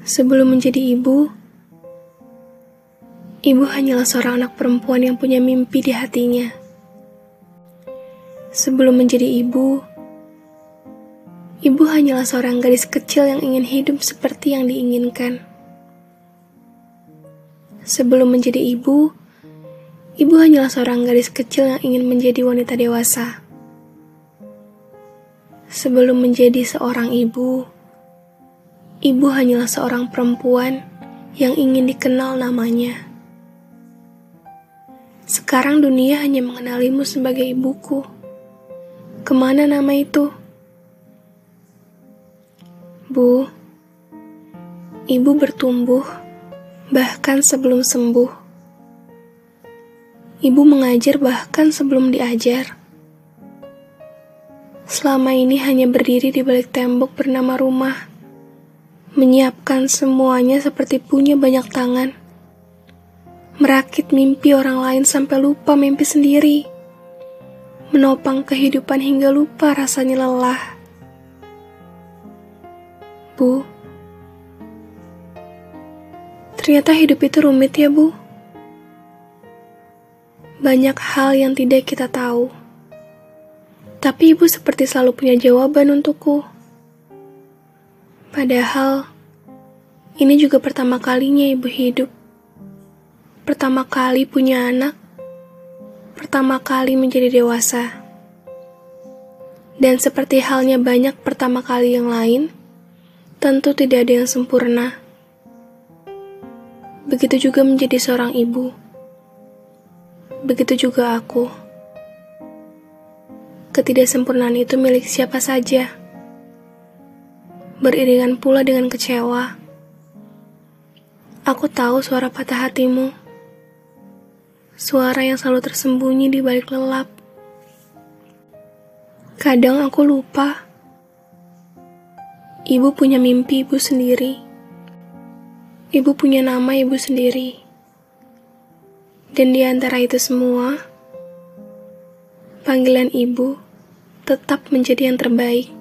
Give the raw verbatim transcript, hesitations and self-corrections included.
Sebelum menjadi ibu, ibu hanyalah seorang anak perempuan yang punya mimpi di hatinya. Sebelum menjadi ibu, ibu hanyalah seorang gadis kecil yang ingin hidup seperti yang diinginkan. Sebelum menjadi ibu, ibu hanyalah seorang gadis kecil yang ingin menjadi wanita dewasa. Sebelum menjadi seorang ibu, ibu hanyalah seorang perempuan yang ingin dikenal namanya. Sekarang dunia hanya mengenalimu sebagai ibuku. Kemana nama itu? Bu, ibu bertumbuh, bahkan sebelum sembuh. Ibu mengajar bahkan sebelum diajar. Selama ini hanya berdiri di balik tembok bernama rumah, menyiapkan semuanya seperti punya banyak tangan, merakit mimpi orang lain sampai lupa mimpi sendiri, menopang kehidupan hingga lupa rasanya lelah. Bu, ternyata hidup itu rumit ya, Bu. Banyak hal yang tidak kita tahu, tapi ibu seperti selalu punya jawaban untukku. Padahal, ini juga pertama kalinya ibu hidup. Pertama kali punya anak. Pertama kali menjadi dewasa. Dan seperti halnya banyak pertama kali yang lain, tentu tidak ada yang sempurna. Begitu juga menjadi seorang ibu. Begitu juga aku. Ketidaksempurnaan itu milik siapa saja. Beriringan pula dengan kecewa. Aku tahu suara patah hatimu. Suara yang selalu tersembunyi di balik lelap. Kadang aku lupa. Ibu punya mimpi ibu sendiri. Ibu punya nama ibu sendiri. Dan di antara itu semua, panggilan ibu tetap menjadi yang terbaik.